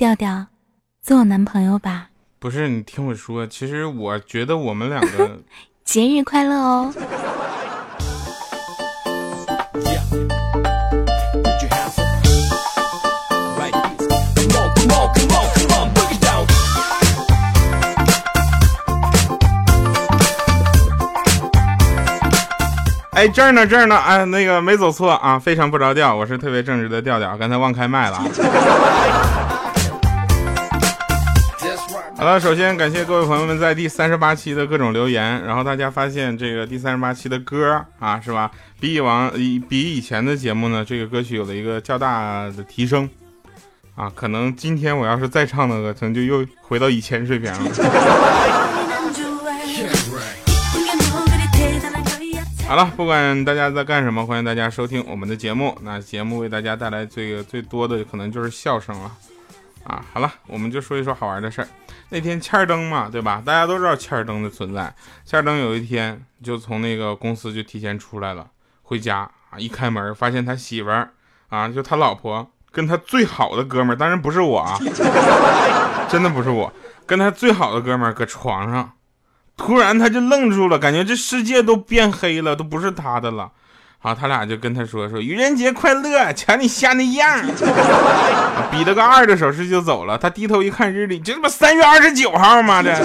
调调，做我男朋友吧。 不是，你听我说，其实我觉得我们两个节日快乐哦。 哎，这儿呢，哎，那个没走错啊，非常不着调，我是特别正直的调调，刚才忘开麦了。好了，首先感谢各位朋友们在第38期的各种留言，然后大家发现这个第38期的歌啊，是吧？比以前的节目呢，这个歌曲有了一个较大的提升啊，可能今天我要是再唱那个，可能就又回到以前水平了。好了，不管大家在干什么，欢迎大家收听我们的节目。那节目为大家带来这个最多的可能就是笑声了啊。好了，我们就说一说好玩的事儿。那天欠灯嘛，对吧？大家都知道欠灯的存在。欠灯有一天就从那个公司就提前出来了，回家啊，一开门发现他媳妇儿啊，就他老婆跟他最好的哥们儿，当然不是我啊，真的不是我，跟他最好的哥们儿搁床上。突然他就愣住了，感觉这世界都变黑了，都不是他的了。好，他俩就跟他说愚人节快乐，瞧你瞎那样。比了个2的手势就走了。他低头一看日历，这不3月29号吗？这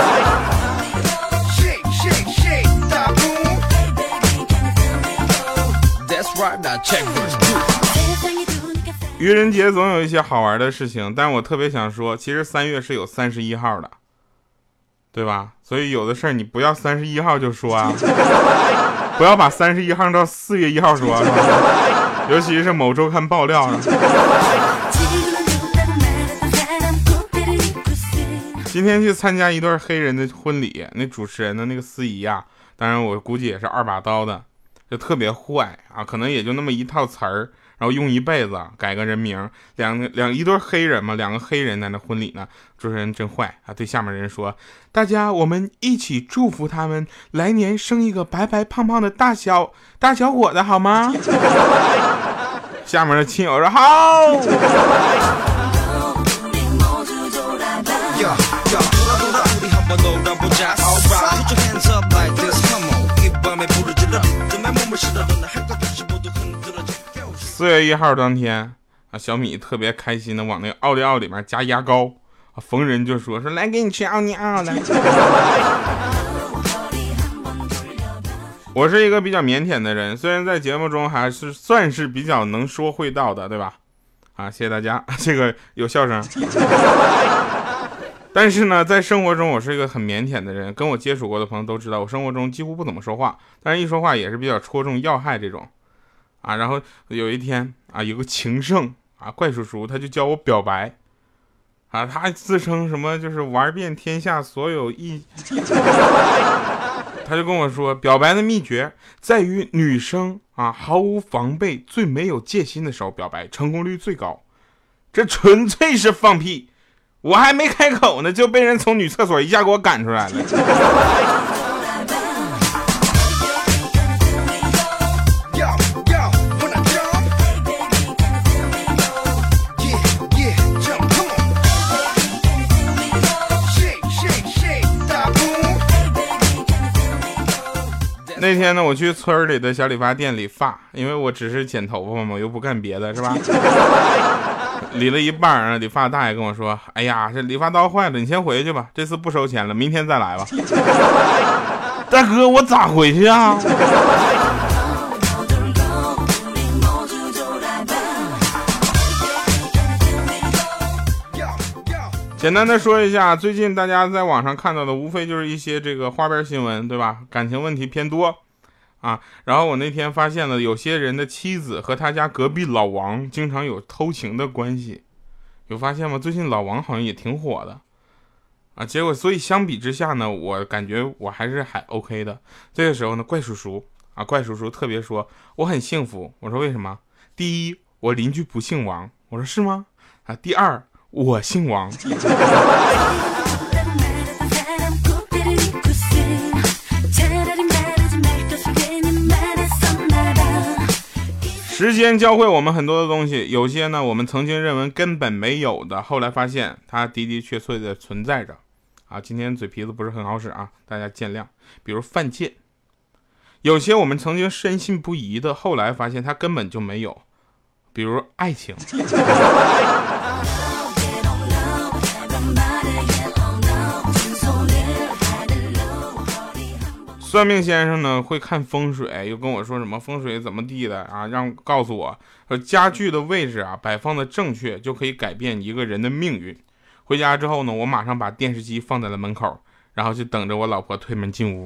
愚人节总有一些好玩的事情，但我特别想说，其实3月是有31号的，对吧？所以有的事儿你不要31号就说啊，不要把31号到4月1号说，是吧？尤其是某周刊爆料。今天去参加一对黑人的婚礼，那主持人的那个司仪啊，当然我估计也是2把刀的，就特别坏啊，可能也就那么一套词儿。然后用一辈子改个人名，一对黑人嘛，2个黑人在那婚礼呢。主持人真坏啊，对下面人说：“大家我们一起祝福他们来年生一个白白胖胖的大小伙子，好吗？”下面的亲友说：“好。”4月1号当天啊，小米特别开心的往那个奥利奥里面加牙膏啊，逢人就说来给你吃奥利奥来。我是一个比较腼腆的人，虽然在节目中还是算是比较能说会道的，对吧？啊，谢谢大家，这个有笑声。但是呢，在生活中我是一个很腼腆的人，跟我接触过的朋友都知道，我生活中几乎不怎么说话，但是一说话也是比较戳中要害这种。啊，然后有一天啊，有个情圣啊，怪叔叔他就教我表白，啊，他自称什么就是玩遍天下所有他就跟我说，表白的秘诀在于女生啊毫无防备、最没有戒心的时候表白，成功率最高。这纯粹是放屁，我还没开口呢，就被人从女厕所一下给我赶出来了。那天呢，我去村里的小理发店理发，因为我只是剪头发嘛，我又不干别的，是吧？理了一半，理发大爷跟我说：“哎呀，这理发刀坏了，你先回去吧，这次不收钱了，明天再来吧。”大哥，我咋回去啊？简单的说一下，最近大家在网上看到的无非就是一些这个花边新闻，对吧？感情问题偏多啊。然后我那天发现了有些人的妻子和他家隔壁老王经常有偷情的关系，有发现吗？最近老王好像也挺火的啊。结果所以相比之下呢，我感觉我还 OK 的。这个时候呢，怪叔叔特别说我很幸福。我说为什么？第一，我邻居不姓王。我说是吗？啊，第二，我姓王。 时间教会我们很多的东西，有些呢我们曾经认为根本没有的，后来发现它的的确确的存在着啊。今天嘴皮子不是很好使啊，大家见谅。比如犯贱，有些我们曾经深信不疑的，后来发现它根本就没有。比如爱情。算命先生呢会看风水，又跟我说什么风水怎么地的啊，告诉我说家具的位置啊摆放的正确就可以改变一个人的命运。回家之后呢，我马上把电视机放在了门口，然后就等着我老婆推门进屋。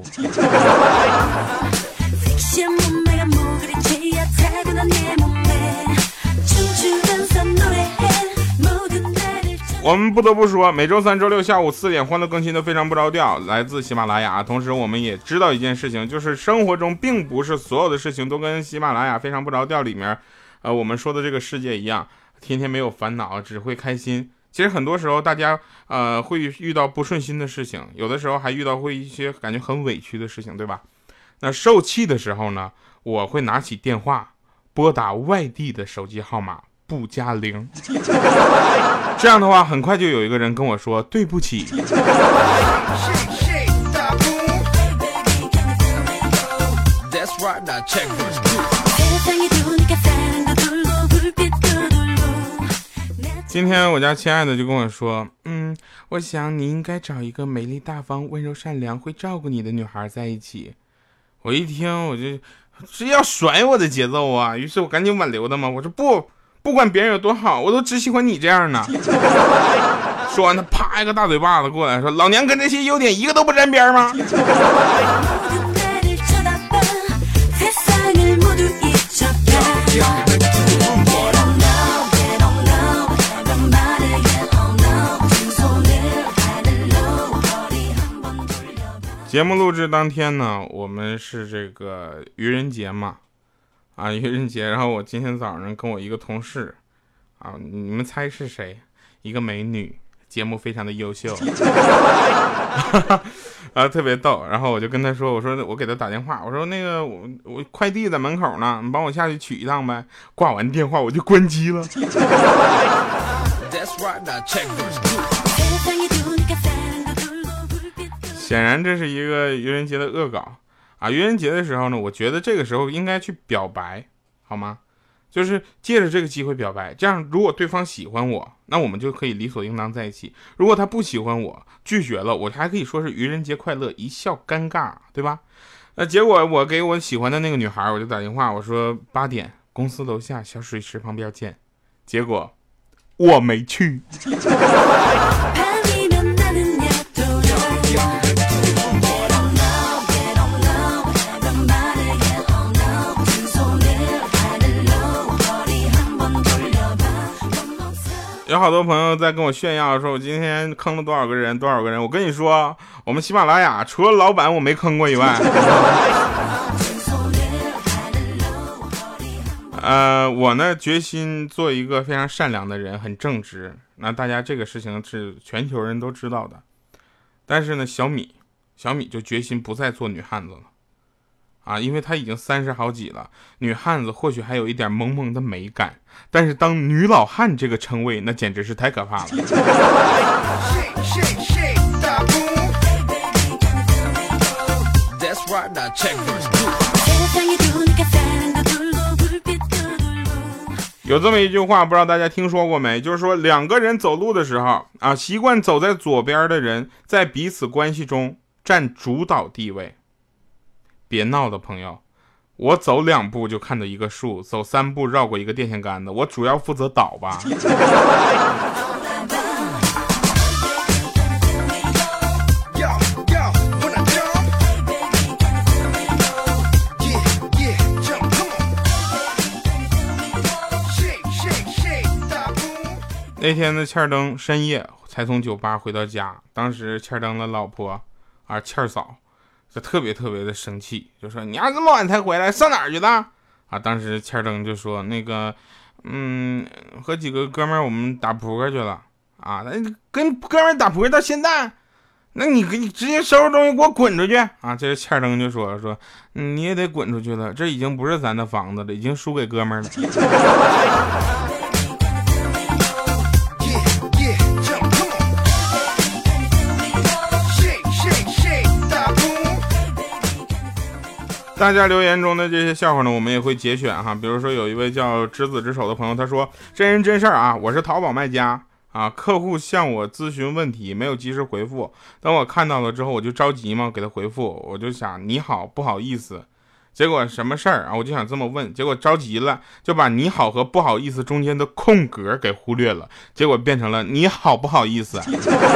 我们不得不说，每周三、周六下午4点欢乐更新的非常不着调，来自喜马拉雅。同时，我们也知道一件事情，就是生活中并不是所有的事情都跟喜马拉雅非常不着调里面，我们说的这个世界一样，天天没有烦恼，只会开心。其实很多时候，大家会遇到不顺心的事情，有的时候还遇到会一些感觉很委屈的事情，对吧？那受气的时候呢，我会拿起电话拨打外地的手机号码。不加0，这样的话很快就有一个人跟我说对不起。今天我家亲爱的就跟我说，我想你应该找一个美丽大方、温柔善良、会照顾你的女孩在一起。我一听我就是要甩我的节奏啊，于是我赶紧挽留他嘛，我说不管别人有多好，我都只喜欢你这样的。说完他啪一个大嘴巴子过来说，老娘跟这些优点一个都不沾边吗？节目录制当天呢，我们是这个愚人节嘛，愚人节。然后我今天早上跟我一个同事你们猜是谁？一个美女，节目非常的优秀。特别逗。然后我就跟他说，我给他打电话，我说那个我快递在门口呢，你帮我下去取一趟呗。挂完电话我就关机了。显然这是一个愚人节的恶搞愚人节的时候呢，我觉得这个时候应该去表白，好吗？就是借着这个机会表白，这样如果对方喜欢我，那我们就可以理所应当在一起。如果他不喜欢我，拒绝了，我还可以说是愚人节快乐，一笑尴尬，对吧？那结果我给我喜欢的那个女孩，我就打电话，我说8点公司楼下小水池旁边见。结果我没去。有好多朋友在跟我炫耀说，我今天坑了多少个人。我跟你说，我们喜马拉雅除了老板我没坑过以外，我呢决心做一个非常善良的人，很正直。那大家这个事情是全球人都知道的。但是呢，小米就决心不再做女汉子了。因为她已经30好几了，女汉子或许还有一点萌萌的美感，但是当女老汉这个称谓，那简直是太可怕了。有这么一句话，不知道大家听说过没？就是说2个人走路的时候习惯走在左边的人，在彼此关系中占主导地位。别闹的朋友，我走2步就看到一个树，走3步绕过一个电线杆子，我主要负责倒吧。那天的欠儿登深夜才从酒吧回到家，当时欠儿登的老婆欠儿嫂就特别的生气，就说你要这么晚才回来，上哪儿去了？当时欠儿登就说那个和几个哥们儿我们打扑克去了跟哥们儿打扑克到现在， 那你直接收拾东西给我滚出去啊！这欠灯就说你也得滚出去了，这已经不是咱的房子了，已经输给哥们儿了。大家留言中的这些笑话呢，我们也会节选哈。比如说有一位叫执子之手的朋友，他说真人真事儿啊，我是淘宝卖家啊，客户向我咨询问题没有及时回复，等我看到了之后我就着急嘛，给他回复，我就想你好不好意思，结果什么事儿啊，我就想这么问，结果着急了就把你好和不好意思中间的空格给忽略了，结果变成了你好不好意思。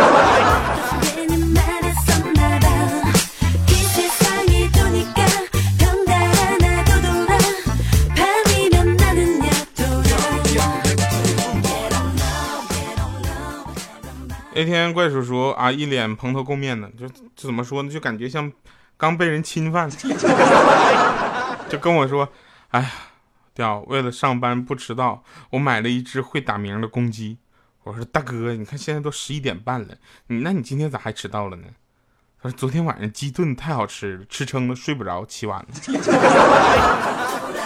那天怪叔叔啊，一脸蓬头垢面的，就怎么说呢，就感觉像刚被人侵犯，就跟我说：“哎呀，屌，为了上班不迟到，我买了一只会打鸣的公鸡。”我说：“大哥，你看现在都11点半了，那你今天咋还迟到了呢？”他说：“昨天晚上鸡炖太好吃了，吃撑了睡不着，起晚了。”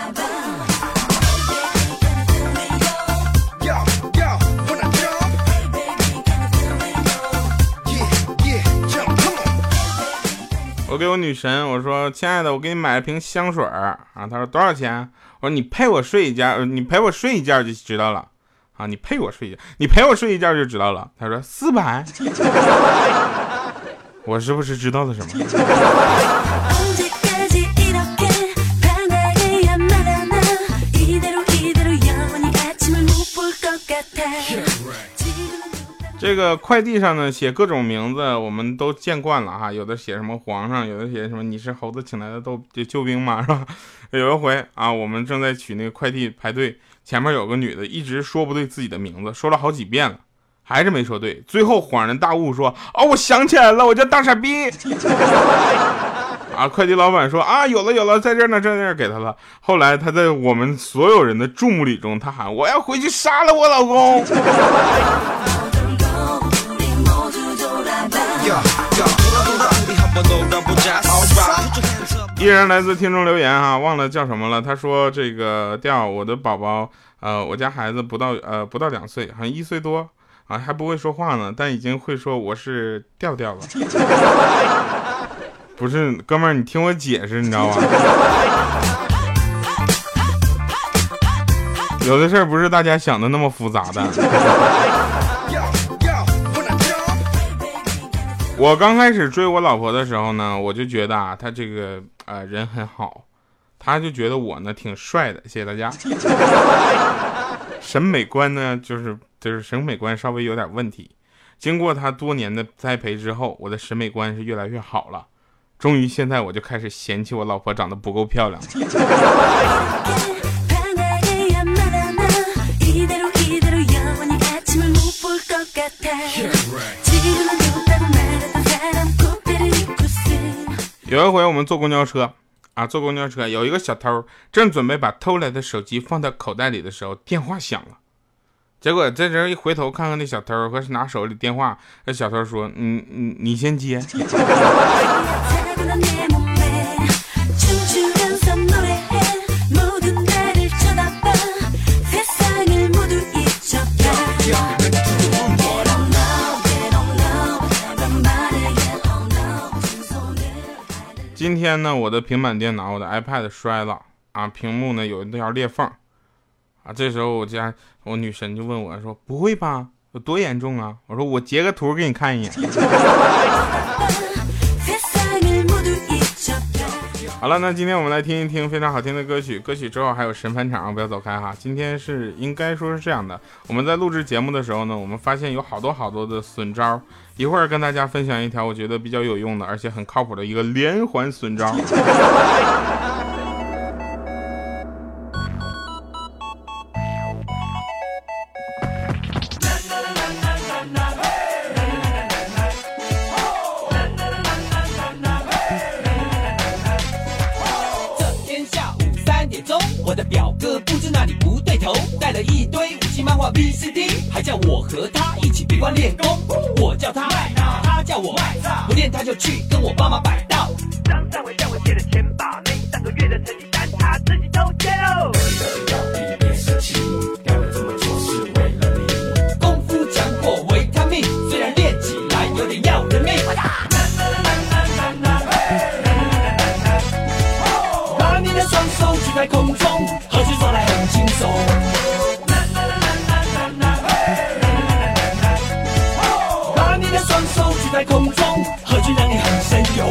我给我女神我说：“亲爱的，我给你买了瓶香水啊。”她说：“多少钱？”我说：“你陪我睡一觉，你陪我睡一觉就知道了啊！你陪我睡一觉，你陪我睡一觉就知道了。”她说：“400。”我是不是知道了什么？这个快递上呢写各种名字我们都见惯了哈，有的写什么皇上，有的写什么你是猴子请来的救兵嘛，是吧？有一回啊，我们正在取那个快递排队，前面有个女的一直说不对自己的名字，说了好几遍了，还是没说对，最后恍然大悟说：“哦，我想起来了，我叫大傻逼。”啊！快递老板说：“啊，有了，在这儿呢，在这儿给他了。”后来他在我们所有人的注目礼中，他喊：“我要回去杀了我老公。”依然来自听众留言哈，忘了叫什么了。他说：“这个调我的宝宝，我家孩子不到2岁，好像1岁多啊，还不会说话呢，但已经会说我是调了。”不是，哥们儿，你听我解释，你知道吗？有的事儿不是大家想的那么复杂的。我刚开始追我老婆的时候呢，我就觉得啊，她这个人很好，她就觉得我呢挺帅的。谢谢大家。审美观呢，就是审美观稍微有点问题。经过她多年的栽培之后，我的审美观是越来越好了。终于现在我就开始嫌弃我老婆长得不够漂亮。有一回我们坐公交车啊，坐公交车有一个小偷正准备把偷来的手机放在口袋里的时候，电话响了。结果这人一回头看看那小偷和拿手里电话，那小偷说：“你先接。”今天呢，我的平板电脑，我的 iPad 摔了啊，屏幕呢有一条裂缝啊。这时候我女神就问我说：“不会吧？有多严重啊？”我说：“我截个图给你看一眼。”好了，那今天我们来听一听非常好听的歌曲之后还有神返场，不要走开哈。今天是应该说是这样的，我们在录制节目的时候呢，我们发现有好多的损招，一会儿跟大家分享一条我觉得比较有用的而且很靠谱的一个连环损招。 我的表哥不知哪里不对头，带了一堆武器漫画 VCD， 还叫我和他一起闭关练功。我叫他麦娜，他叫要我卖操，不练他就去跟我爸妈摆道。张三伟向我借了钱吧，没3个月的成绩单他自己都接喽。别生气，要这么做是为了你。功夫强过维他命，虽然练起来有点要人命。把你的双手举在空中，何时说来很轻松。把你的双手举在空中，何止让你很神勇。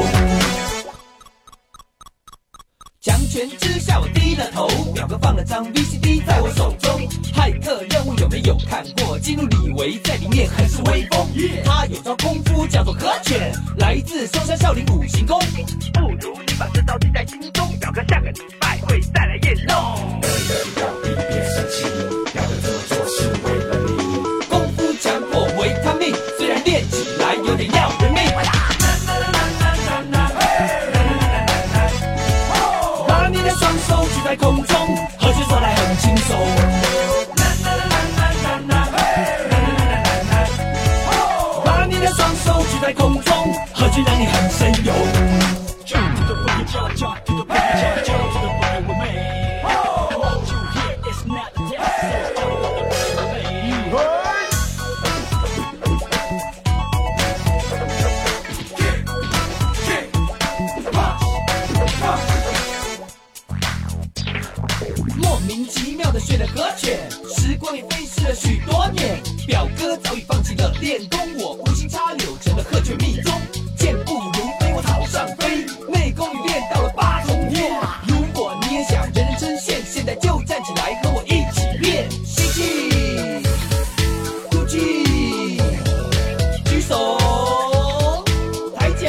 强权之下我低了头，表哥放了张 VCD 在我手中。骇客任务有没有看过？基努里维在里面很是威风，他有招功夫叫做合拳，来自嵩山少林五行功。不如你把这招记在心中，表哥下个礼拜会再来验弄。别生气，表哥这么做是为了你。功夫强过维他命，虽然练起来有点要人命。把你的双手举在空中，何时说来很轻松。把你的双手举在空中，何止让你很神勇。莫名其妙的学了合拳，时光也飞逝了许多年。表哥早已放弃了练功，我无心插柳成了合拳密宗。健步如飞，我草上飞，内功已练到了8重天。如果你也想人人称羡，现在就站起来和我一起练。吸气，吐气，举手，抬脚。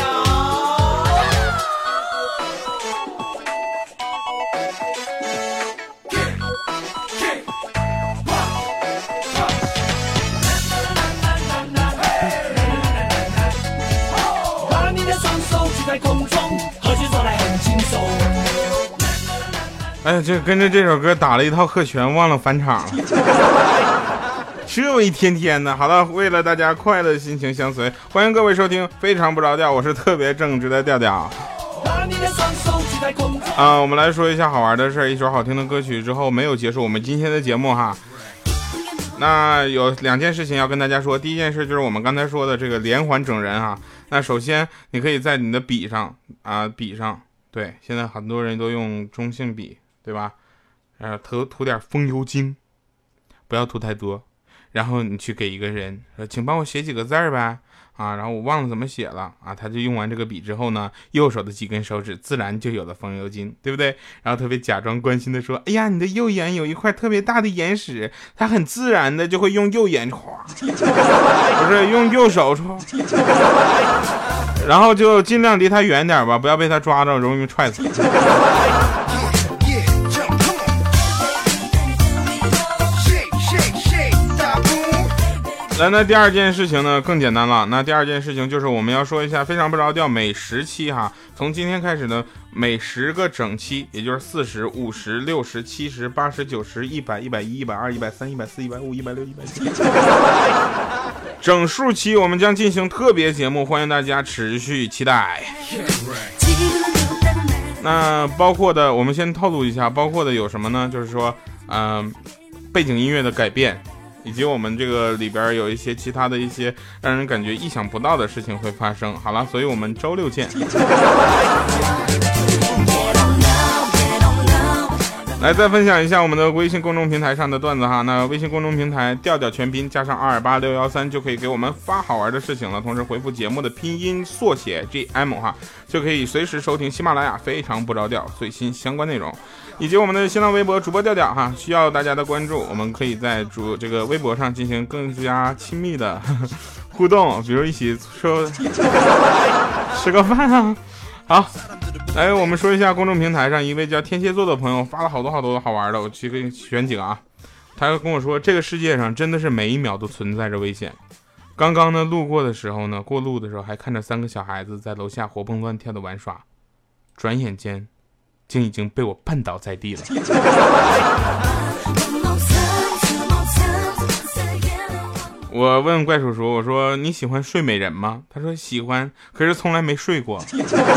在空中，何时说来很轻松。 哎呀，这跟着这首歌打了一套鹤拳，忘了返场了。这我一天天的。好了，为了大家快乐心情相随，欢迎各位收听非常不着调，我是特别正直的调调。我们来说一下好玩的事儿。一首好听的歌曲之后没有结束我们今天的节目哈。那有2件事情要跟大家说。第一件事就是我们刚才说的这个连环整人哈。那首先你可以在你的笔上对，现在很多人都用中性笔，对吧？涂点风油精，不要涂太多。然后你去给一个人说，请帮我写几个字呗。然后我忘了怎么写了他就用完这个笔之后呢，右手的几根手指自然就有了风油精，对不对？然后特别假装关心的说，哎呀，你的右眼有一块特别大的眼屎，他很自然的就会用右眼不是用右手然后就尽量离他远点吧，不要被他抓着，容易踹死。来，那第二件事情呢更简单了。那第二件事情就是我们要说一下非常不着调每10期哈，从今天开始的每10个整期，也就是40、50、60、70、80、90、100、110、120、130、140、150、160、170整数期，我们将进行特别节目，欢迎大家持续期待。那包括的我们先透露一下，包括的有什么呢？就是说背景音乐的改变，以及我们这个里边有一些其他的一些让人感觉意想不到的事情会发生。好了，所以我们周6见。来，再分享一下我们的微信公众平台上的段子哈。那微信公众平台调调全拼加上228613就可以给我们发好玩的事情了，同时回复节目的拼音缩写 GM 哈，就可以随时收听喜马拉雅非常不着调最新相关内容，以及我们的新浪微博主播调调哈，需要大家的关注。我们可以在这个微博上进行更加亲密的互动，比如一起说吃个饭啊。好，来我们说一下公众平台上一位叫天蝎座的朋友发了好多好玩的，我去给你选几个啊。他跟我说，这个世界上真的是每一秒都存在着危险。刚刚呢路过的时候呢，过路的时候还看着3个小孩子在楼下活蹦乱跳的玩耍，转眼间竟已经被我绊倒在地了。 我问怪叔叔，我说你喜欢睡美人吗？他说喜欢，可是从来没睡过。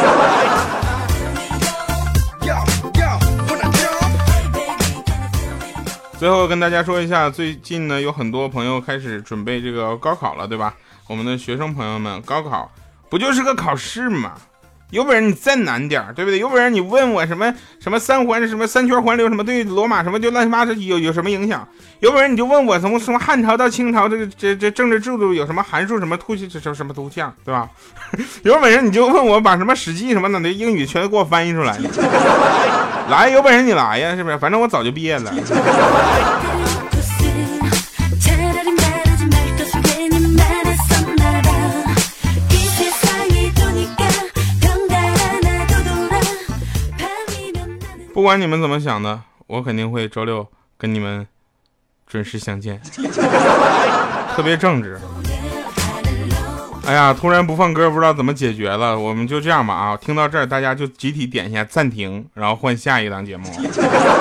最后跟大家说一下，最近呢有很多朋友开始准备这个高考了，对吧？我们的学生朋友们，高考不就是个考试吗？有本事你再难点，对不对？有本事你问我什么三环什么三圈环流什么对罗马什么就乱七八糟有什么影响？有本事你就问我从汉朝到清朝这政治制度有什么函数什么什么图像，对吧？有本事你就问我把什么史记什么的英语全都给我翻译出来。来，有本事你来呀，是不是？反正我早就毕业了。不管你们怎么想的，我肯定会周六跟你们准时相见，特别正直。哎呀，突然不放歌，不知道怎么解决了，我们就这样吧啊！听到这儿，大家就集体点一下暂停，然后换下一档节目。